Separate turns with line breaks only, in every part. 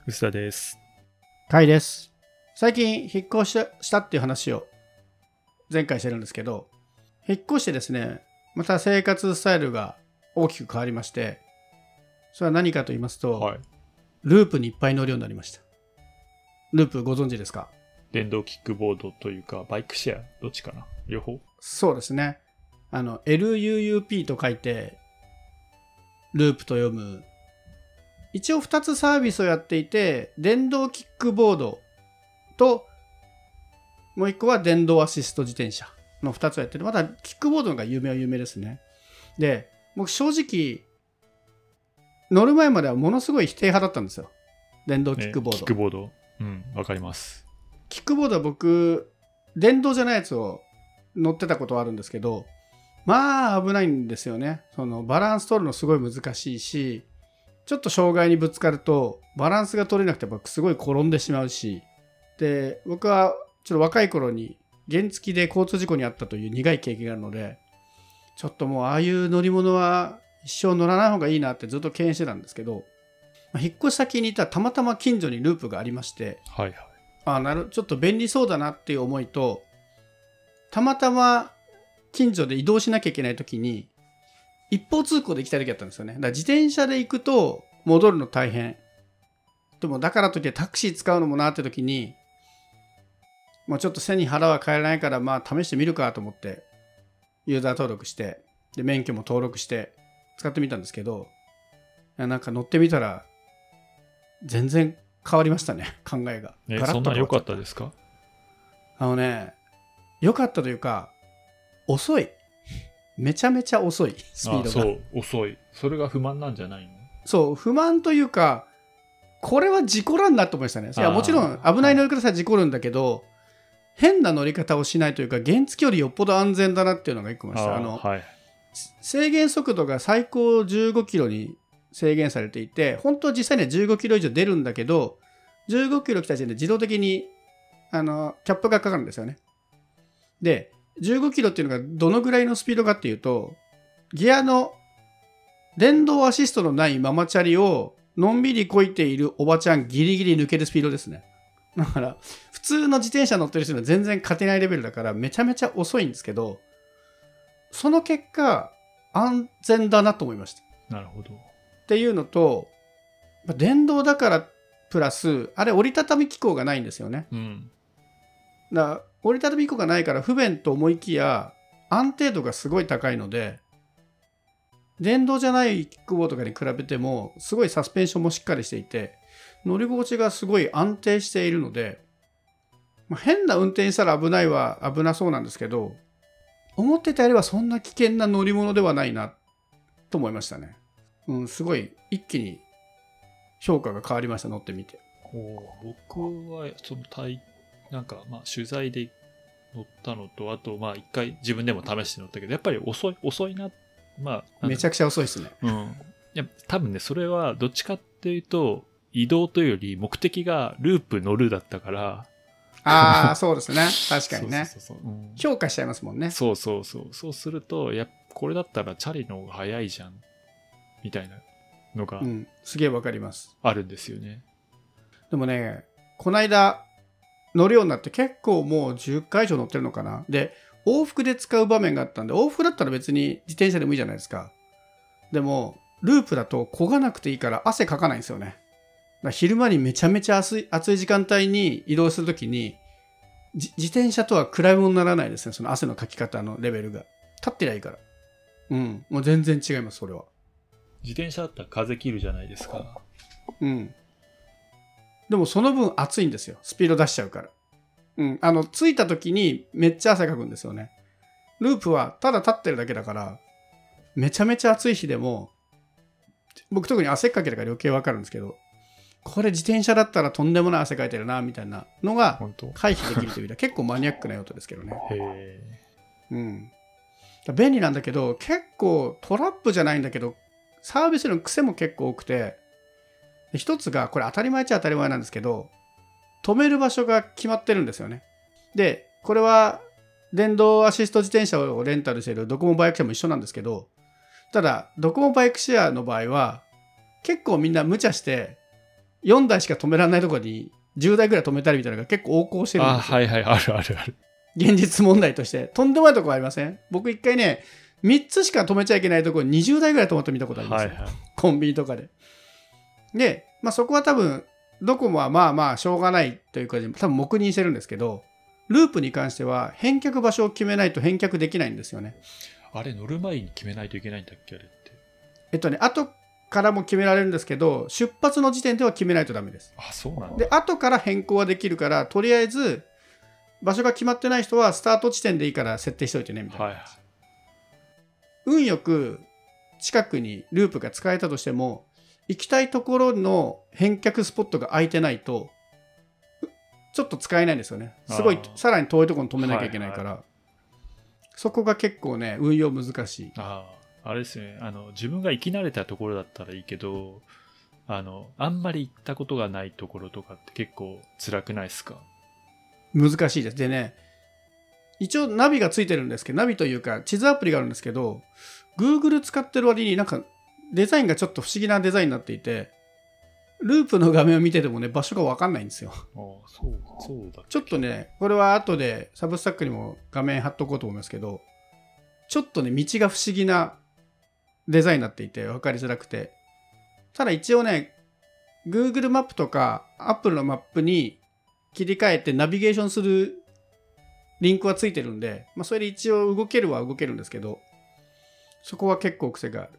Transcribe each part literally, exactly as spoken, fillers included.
薄田です。
かいです。最近引っ越ししたっていう話を前回してるんですけど、引っ越してですね、また生活スタイルが大きく変わりまして、それは何かと言いますと、
はい、
ループにいっぱい乗るようになりました。ループご存知ですか？
電動キックボードというかバイクシェア、どっちかな、両方？
そうですね。あの エルユーユーピー と書いてループと読む。一応ふたつサービスをやっていて、電動キックボードともういっこは電動アシスト自転車のふたつをやってる。まだキックボードのが有名は有名ですね。で、僕正直乗る前まではものすごい否定派だったんですよ。電動キックボード。
ね、キックボード。うん、わかります。
キックボードは僕電動じゃないやつを乗ってたことはあるんですけど、まあ危ないんですよね。そのバランス取るのすごい難しいし、ちょっと障害にぶつかるとバランスが取れなくて僕すごい転んでしまうし、で僕はちょっと若い頃に原付で交通事故に遭ったという苦い経験があるので、ちょっともうああいう乗り物は一生乗らない方がいいなってずっと敬遠してたんですけど、引っ越し先にいたらたまたま近所にループがありまして、
はいはい、
あなるちょっと便利そうだなっていう思いと、たまたま近所で移動しなきゃいけない時に一方通行で行きたい時だったんですよね。だから自転車で行くと戻るの大変。でもだからといってタクシー使うのもなって時に、もうちょっと背に腹は変えられないから、まあ試してみるかと思ってユーザー登録して、で免許も登録して使ってみたんですけど、なんか乗ってみたら全然変わりましたね、考えが。
ね、そんな良かったですか？
あのね、良かったというか、遅い。めちゃめちゃ遅い、スピードが。
ああ、そう、遅い。それが不満なんじゃないの？
そう、不満というか、これは事故らんなと思いましたね。いや、もちろん危ない乗り方さえ事故るんだけど、はい、変な乗り方をしないというか、原付よりよっぽど安全だなっていうのが一個ました。あの、はい、制限速度が最高じゅうごキロに制限されていて、本当は実際にはじゅうごキロ以上出るんだけど、じゅうごキロ来た時点で自動的にあのキャップがかかるんですよね。で、じゅうごキロっていうのがどのぐらいのスピードかっていうと、ギアの電動アシストのないママチャリをのんびりこいているおばちゃんギリギリ抜けるスピードですね。だから普通の自転車乗ってる人には全然勝てないレベルだからめちゃめちゃ遅いんですけど、その結果安全だなと思いました。
なるほど。
っていうのと、電動だからプラスあれ折りたたみ機構がないんですよね。うん、だから折りたたみ機構がないから不便と思いきや安定度がすごい高いので、電動じゃないキックボードとかに比べてもすごいサスペンションもしっかりしていて、乗り心地がすごい安定しているので、まあ、変な運転したら危ないは危なそうなんですけど、思ってたよりはそんな危険な乗り物ではないなと思いましたね。うん、すごい一気に評価が変わりました、乗ってみて。
僕はその対なんかまあ取材で乗ったのと、あとまあ一回自分でも試して乗ったけど、やっぱり遅い遅いな。ま
あ、めちゃくちゃ遅いですね。
うん。いや多分ね、それはどっちかっていうと移動というより目的がループ乗るだったから。
ああ、そうですね。確かにね。そうそうそうそう、うん、評価しちゃいますもんね。
そうそうそう。そうすると、やこれだったらチャリの方が早いじゃんみたいなのが、うん、
すげえわかります。
あるんですよね。
でもね、この間乗るようになって結構もうじゅっかい以上乗ってるのかな。で、往復で使う場面があったんで、往復だったら別に自転車でもいいじゃないですか。でもループだと漕がなくていいから汗かかないんですよね。だから昼間にめちゃめちゃ暑い、暑い時間帯に移動するときに自転車とは比べ物にならないですね。その汗のかき方のレベルが。立ってりゃいいから。うん、もう全然違います、それは。
自転車だったら風切るじゃないですか。
うん。でもその分暑いんですよ。スピード出しちゃうから。うん。あの、着いた時にめっちゃ汗かくんですよね。ループはただ立ってるだけだから、めちゃめちゃ暑い日でも、僕特に汗っかきだから余計わかるんですけど、これ自転車だったらとんでもない汗かいてるな、みたいなのが回避できるという意味では結構マニアックな用途ですけどね。
へ
ー。うん。便利なんだけど、結構トラップじゃないんだけど、サービスの癖も結構多くて、一つが、これ当たり前っちゃ当たり前なんですけど、止める場所が決まってるんですよね。で、これは電動アシスト自転車をレンタルしているドコモバイクシェアも一緒なんですけど、ただドコモバイクシェアの場合は結構みんな無茶してよんだいしか止められないところにじゅうだいぐらい止めたりみたいなのが結構横行してるんですよ。
あ、はいはい、あるあるある。
現実問題として。とんでもないところありません？僕一回ね、みっつしか止めちゃいけないところににじゅうだいぐらい止まってみたことありますよ。
はいはい、
コンビニとかで。で、まあ、そこは多分、ドコモはまあまあしょうがないというか、多分黙認してるんですけど、ループに関しては返却場所を決めないと返却できないんですよね。
あれ、乗る前に決めないといけないんだっけ、あれって。
えっとね、後からも決められるんですけど、出発の時点では決めないとダメです。
あ、そうなんだ。
で、後から変更はできるから、とりあえず、場所が決まってない人はスタート地点でいいから設定しておいてね、みたいな。
はいはい、
運よく近くにループが使えたとしても、行きたいところの返却スポットが空いてないと、ちょっと使えないんですよね。すごい、さらに遠いところに止めなきゃいけないから、はいはい、そこが結構ね、運用難しい。
ああ、あれですね、あの、自分が行き慣れたところだったらいいけど、あの、あんまり行ったことがないところとかって結構辛くないですか？
難しいです。でね、一応ナビがついてるんですけど、ナビというか地図アプリがあるんですけど、Google 使ってる割になんかデザインがちょっと不思議なデザインになっていて、ループの画面を見ててもね、場所が分かんないんですよ。
ああ、そう、そうだ。
ちょっとね、これは後でサブスタックにも画面貼っとこうと思いますけど、ちょっとね、道が不思議なデザインになっていて分かりづらくて、ただ一応ね、Google マップとか Apple のマップに切り替えてナビゲーションするリンクはついてるんで、まあ、それで一応動けるは動けるんですけど、そこは結構癖がある。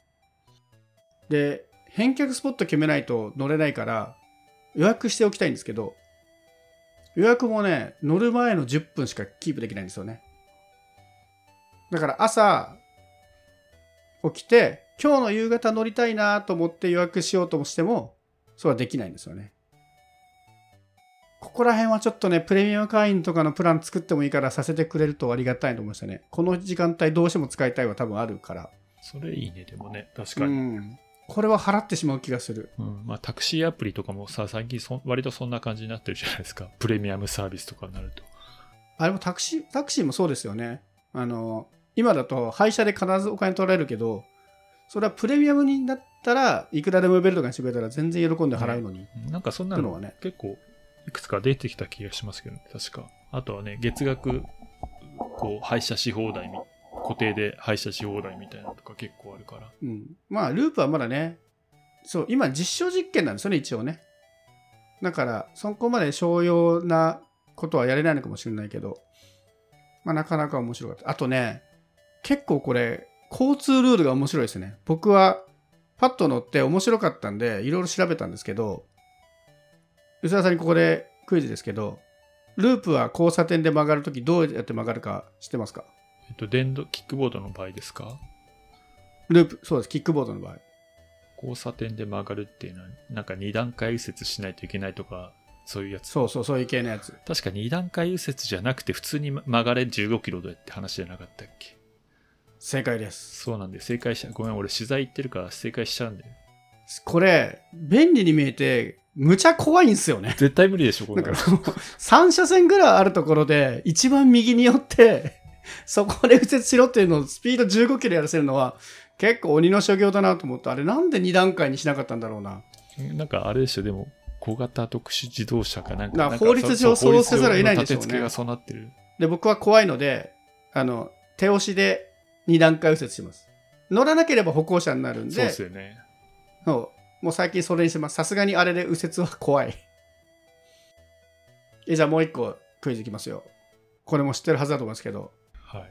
で、返却スポット決めないと乗れないから予約しておきたいんですけど、予約もね、乗る前のじゅっぷんしかキープできないんですよね。だから朝起きて、今日の夕方乗りたいなと思って予約しようとしても、それはできないんですよね。ここら辺はちょっとね、プレミアム会員とかのプラン作ってもいいからさせてくれるとありがたいと思いましたね。この時間帯どうしても使いたいは多分あるから。
それいいね、でもね、確かに。
うん、これは払ってしまう気がする。
うん、まあタクシーアプリとかもさ、最近そ割とそんな感じになってるじゃないですか。プレミアムサービスとかになると。
あれもタクシー、タクシーもそうですよね。あの、今だと配車で必ずお金取られるけど、それはプレミアムになったらいくらでも呼べるとかにしてくれたら全然喜んで払うのに、ね、
なんかそんなのはね結構いくつか出てきた気がしますけど、ね、確か。あとはね、月額こう配車し放題、固定で配車し放題みたいなのとか結構あるから、
うん、まあループはまだね、そう今実証実験なんですよね、一応ね。だからそこまで商用なことはやれないのかもしれないけど、まあなかなか面白かった。あとね、結構これ交通ルールが面白いですね。僕はパッと乗って面白かったんでいろいろ調べたんですけど、吉田さんにここでクイズですけど、ループは交差点で曲がるときどうやって曲がるか知ってますか？
えっと電動キックボードの場合ですか？
ループ、そうです、キックボードの場合。
交差点で曲がるっていうのはなんかに段階右折しないといけないとか、そういうやつ。
そうそう、そういう系のやつ。
確かに段階右折じゃなくて普通に曲がれじゅうごキロでって話じゃなかったっけ？
正解です。
そうなんで、正解しちゃう。ごめん、俺取材行ってるから正解しちゃうんだよ。
これ便利に見えてむちゃ怖いんですよね。
絶対無理でしょ、これ。
さん車線ぐらいあるところで一番右に寄ってそこで右折しろっていうのをスピードじゅうごキロやらせるのは結構鬼の所業だなと思って、あれなんでに段階にしなかったんだろうな。
なんかあれでしょ、でも小型特殊自動車かなんか、
なんか法律上そうせざるを得ないんでしょうね。
立て付けがそうなってる。
で、僕は怖いので、あの手押しでに段階右折します。乗らなければ歩行者になるんで。
そうですよね。
そうもう最近それにしてます。さすがにあれで右折は怖い。えじゃあもう一個クイズいきますよ。これも知ってるはずだと思いますけど、
はい、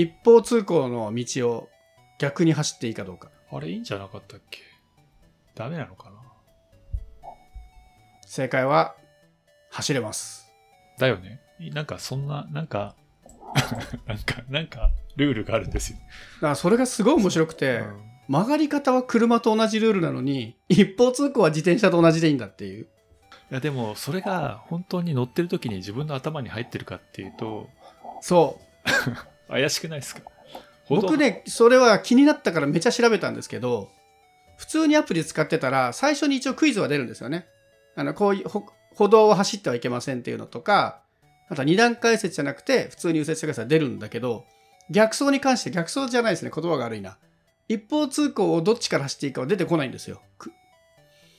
一方通行の道を逆に走っていいかどうか。
あれいいんじゃなかったっけ？ダメなのかな？
正解は走れます。
だよね。なんかそんななんかなんかなんかルールがあるんですよ。
だからそれがすごい面白くて、うん、曲がり方は車と同じルールなのに一方通行は自転車と同じでいいんだっていう。
いやでもそれが本当に乗ってる時に自分の頭に入ってるかっていうと、
そう
怪しくないですか？
僕ねそれは気になったからめちゃ調べたんですけど、普通にアプリ使ってたら最初に一応クイズは出るんですよね。あのこういう歩道を走ってはいけませんっていうのとか、あとはに段階右折じゃなくて普通に右折してください出るんだけど、逆走に関して逆走じゃないですね、言葉が悪いな。一方通行をどっちから走っていいかは出てこないんですよ。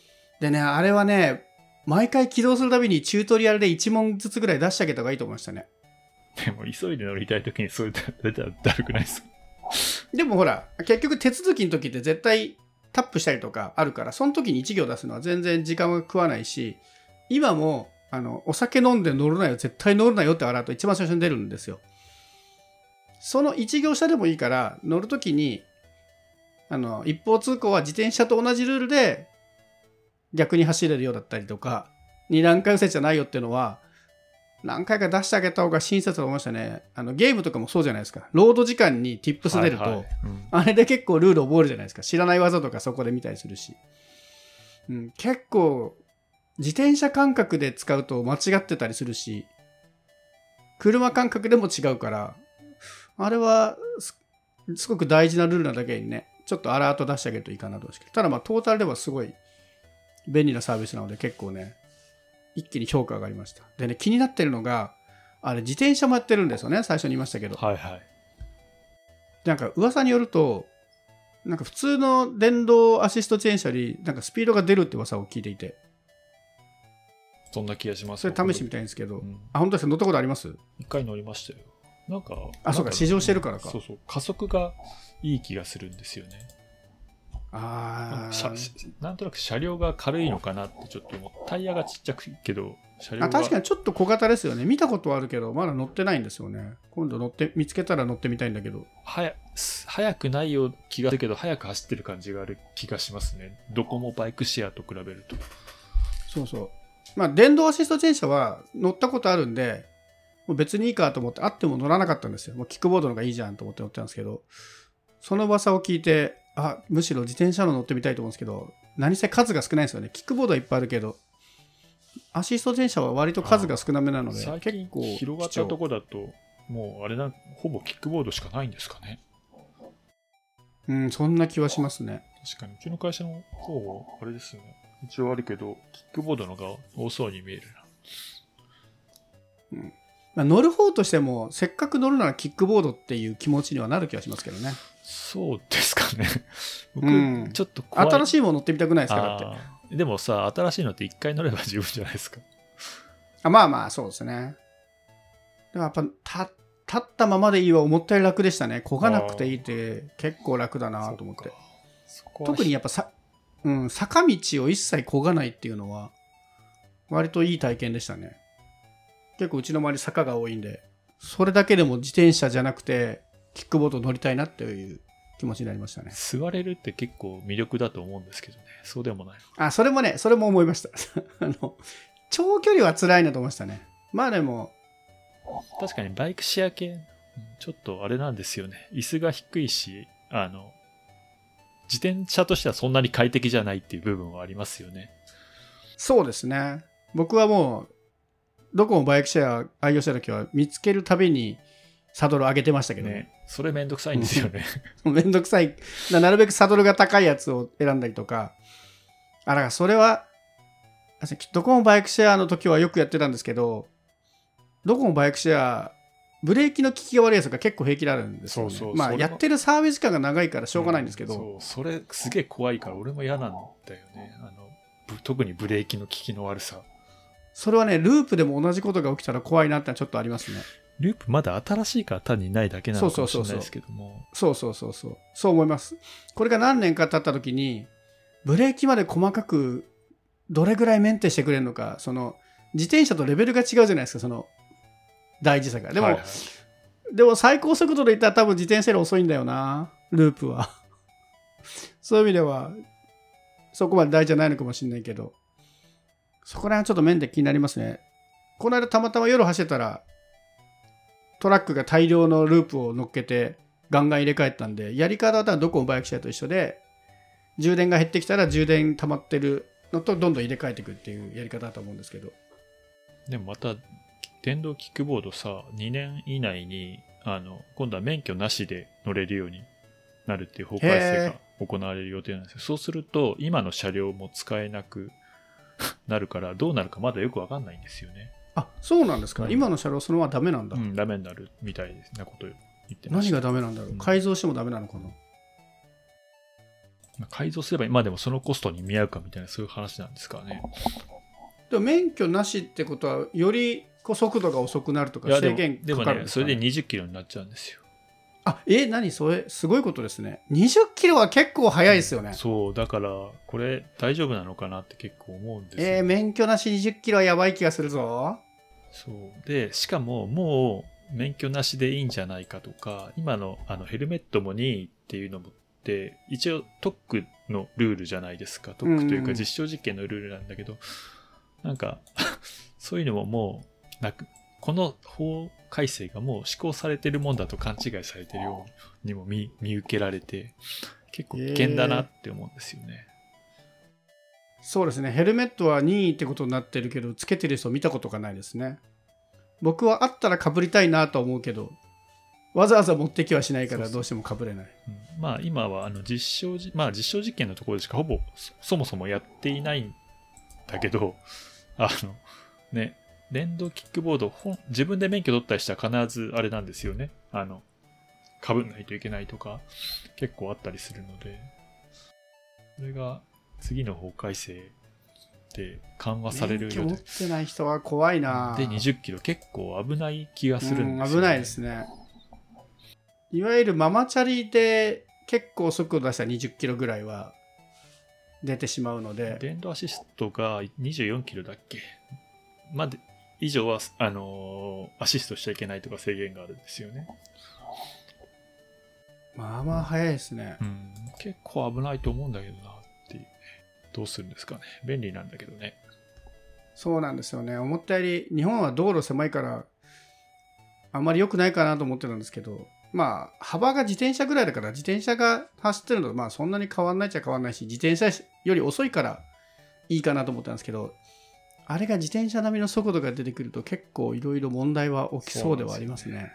でね、あれはね、毎回起動するたびにチュートリアルでいち問ずつぐらい出してあげた方がいいと思いましたね。
でも急いで乗りたいときにそれ出たらだるくないですか？
でもほら、結局手続きの時って絶対タップしたりとかあるから、その時にいち行出すのは全然時間が食わないし、今もあのお酒飲んで乗るなよ、絶対乗るなよってアラート一番最初に出るんですよ。そのいち行下でもいいから乗る時にあの一方通行は自転車と同じルールで逆に走れるようだったりとか、に段階右折じゃないよっていうのは何回か出してあげた方が親切だと思いましたね。あのゲームとかもそうじゃないですか。ロード時間に Tips 出ると、はいはい、うん、あれで結構ルール覚えるじゃないですか。知らない技とかそこで見たりするし、うん、結構自転車感覚で使うと間違ってたりするし、車感覚でも違うから、あれは す, すごく大事なルールなだけにね、ちょっとアラート出してあげるといいかなと思いますけど、ただまあトータルではすごい便利なサービスなので結構ね、一気に評価が上がりました。でね、気になってるのが、あれ自転車もやってるんですよね、最初に言いましたけど。
はいはい。
なんか噂によると、なんか普通の電動アシスト自転車よりなんかスピードが出るって噂を聞いていて。
そんな気がします。
それ試してみたいんですけど、うん、あ、本当ですか？乗ったことあります？
一回乗りましたよ。なんか、
あ、そうか、試乗してるからか。
そうそう、加速がいい気がするんですよね。
あ
あ、なんとなく車両が軽いのかなってちょっと思って、タイヤがちっちゃくけど車両が、
あ、確かにちょっと小型ですよね。見たことはあるけどまだ乗ってないんですよね。今度乗って見つけたら乗ってみたいんだけど、
はや速くないよう気がするけど速く走ってる感じがある気がしますね。どこもバイクシェアと比べると。
そうそう、まあ電動アシスト自転車は乗ったことあるんでもう別にいいかと思ってあっても乗らなかったんですよ。もうキックボードの方がいいじゃんと思って乗ってたんですけど、その噂を聞いて、あ、むしろ自転車の乗ってみたいと思うんですけど、何せ数が少ないんですよね。キックボードはいっぱいあるけどアシスト自転車は割と数が少なめなので、結構
広がったとこだともうあれだ、ほぼキックボードしかないんですかね。
うん、そんな気はしますね。
確かにうちの会社の方はあれですよね。一応あるけどキックボードのが多そうに見える
な。うん、まあ、乗る方としてもせっかく乗るならキックボードっていう気持ちにはなる気がしますけどね。
そうですかね。僕、
うん、ちょっと怖い。新しいもの乗ってみたくないですか？だって
でもさ、新しいのって一回乗れば十分じゃないですか。
あ、まあまあそうですね。でもやっぱた立ったままでいいは思ったより楽でしたね。漕がなくていいって結構楽だなと思って。そこ特にやっぱさ、うん、坂道を一切漕がないっていうのは割といい体験でしたね。結構うちの周り坂が多いんで、それだけでも自転車じゃなくてキックボード乗りたいなっていう気持ちになりましたね。
座れるって結構魅力だと思うんですけどね。そうでもない。
あ、それもね、それも思いました。あの長距離は辛いなと思いましたね。まあでも
確かにバイクシェア系ちょっとあれなんですよね。椅子が低いし、あの自転車としてはそんなに快適じゃないっていう部分はありますよね。
そうですね。僕はもうどこもバイクシェア愛用した時は見つけるたびにサドル上げてましたけどね。
それめんどくさいんですよね。
めんどくさい。なるべくサドルが高いやつを選んだりとか。あ、だからそれはどこもバイクシェアの時はよくやってたんですけど、どこもバイクシェアブレーキの効きが悪いやつが結構平気であるんですよね。そうそう、まあやってるサービス時間が長いからしょうがないんですけど、
うん、そう、それすげえ怖いから俺も嫌なんだよね。あの特にブレーキの効きの悪さ。
それはね、ループでも同じことが起きたら怖いなってのはちょっとありますね。
ループまだ新しいから単にないだけなのかもしれないですけども、
そうそうそうそう、そう思います。これが何年か経った時にブレーキまで細かくどれぐらいメンテしてくれるのか、その自転車とレベルが違うじゃないですか、その大事さが。でも、はいはい、でも最高速度で言ったら多分自転車より遅いんだよな、ループは。そういう意味ではそこまで大事じゃないのかもしれないけど、そこら辺はちょっと面で気になりますね。この間たまたま夜走ってたらトラックが大量のループを乗っけてガンガン入れ替えたんで、やり方はどこもバイクシェアと一緒で、充電が減ってきたら充電溜まってるのとどんどん入れ替えていくっていうやり方だと思うんですけど。
でもまた電動キックボードさ、にねん以内にあの今度は免許なしで乗れるようになるっていう法改正が行われる予定なんですよ。そうすると今の車両も使えなくなるから、どうなるかまだよく分かんないんですよね。
あ、そうなんですか、うん、今の車両そのままダメなんだ。
うん、ダメになるみたいなことを言ってました。
何がダメなんだろう、うん、改造してもダメなのかな。
改造すれば今でもそのコストに見合うかみたいなそういう話なんですかね。
でも免許なしってことはよりこう速度が遅くなるとか
いやでも
制限かかるんですかね。
でもねそれでにじゅっキロになっちゃうんですよ。
あ、え、何それすごいことですね。にじゅっキロは結構速いですよね。
そうだからこれ大丈夫なのかなって結構思うんですよ。
えー、免許なしにじゅっキロはやばい気がするぞ。
そうでしかももう免許なしでいいんじゃないかとか、今のあのヘルメットも任意っていうのもって一応特区のルールじゃないですか。特区というか実証実験のルールなんだけど、うん、なんかそういうのももうなく、この法改正がもう施行されてるもんだと勘違いされてるようにも 見, 見受けられて結構危険だなって思うんですよね。
えー、そうですね。ヘルメットは任意ってことになってるけどつけてる人見たことがないですね。僕はあったら被りたいなと思うけどわざわざ持ってきはしないからどうしても被れない。
そうそう、うん、まあ今はあの実証、まあ、実証実験のところでしかほぼ そ, そもそもやっていないんだけど、あのね電動キックボード本自分で免許取ったりしたら必ずあれなんですよね。あの被んないといけないとか結構あったりするので、それが次の法改正で緩和されるようで、
免許持ってない人は怖いな。
でにじゅっキロ結構危ない気がするんですよね。
うん、危ないですね。いわゆるママチャリで結構速度出したらにじゅっキロぐらいは出てしまうので、
電動アシストがにじゅうよんキロだっけまで以上はあのー、アシストしちゃいけないとか制限があるんですよね。
まあまあ早いですね、
うん、結構危ないと思うんだけどなっていうね。どうするんですかね。便利なんだけどね。
そうなんですよね。思ったより日本は道路狭いからあんまり良くないかなと思ってたんですけど、まあ幅が自転車ぐらいだから自転車が走ってるのとまあそんなに変わんないっちゃ変わんないし、自転車より遅いからいいかなと思ったんですけど、あれが自転車並みの速度が出てくると結構いろいろ問題は起きそうではありますね。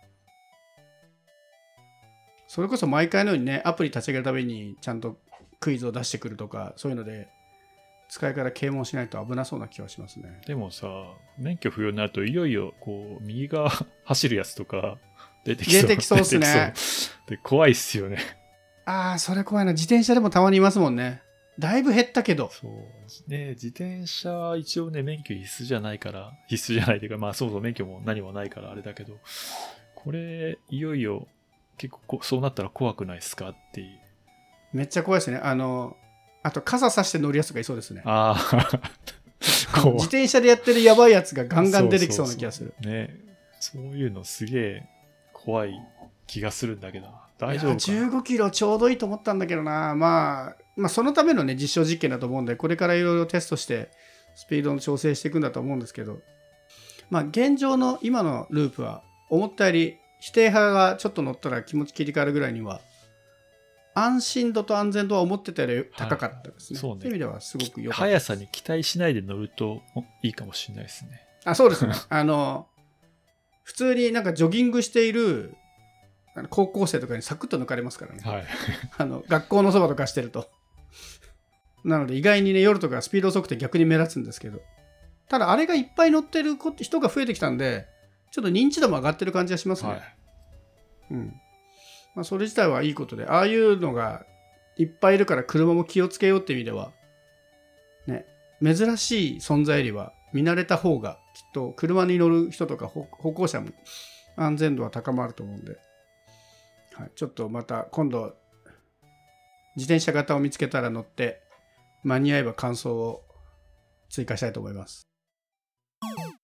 それこそ毎回のようにねアプリ立ち上げるためにちゃんとクイズを出してくるとかそういうので使い方啓蒙しないと危なそうな気はしますね。
でもさ免許不要になるといよいよこう右側走るやつとか出てきそう。
出てきそうですね。
で怖いっすよね。
ああそれ怖いな。自転車でもたまにいますもんね。だいぶ減ったけど。
そうね、自転車は一応ね免許必須じゃないから必須じゃないというかまあそもそも免許も何もないからあれだけど、これいよいよ結構そうなったら怖くないですかっていう。
めっちゃ怖いですね。あのあと傘さして乗るやつがいそうですね。
あ
あ自転車でやってるやばいやつがガンガン出てきそうな気がする。
そうそうそうね、そういうのすげえ怖い気がするんだけど大丈夫かな。
じゅうごキロちょうどいいと思ったんだけどな。まあまあそのためのね実証実験だと思うんでこれからいろいろテストしてスピードの調整していくんだと思うんですけど、まあ現状の今のループは思ったより否定派がちょっと乗ったら気持ち切り替わるぐらいには安心度と安全度は思ってたより高かったですね。はい、そうね。そういう意味ではすごく良かった。
速さに期待しないで乗るといいかもしれないですね。
あ、そうですね。あの普通になんかジョギングしている高校生とかにサクッと抜かれますからね。
はい、
あの学校のそばとかしてると。なので意外にね夜とかスピード遅くて逆に目立つんですけど、ただあれがいっぱい乗ってる人が増えてきたんでちょっと認知度も上がってる感じがしますね。はい、うんまあ、それ自体はいいことで、ああいうのがいっぱいいるから車も気をつけようっていう意味ではね、珍しい存在よりは見慣れた方がきっと車に乗る人とか歩行者も安全度は高まると思うんで、はい、ちょっとまた今度自転車型を見つけたら乗って間に合えば感想を追加したいと思います。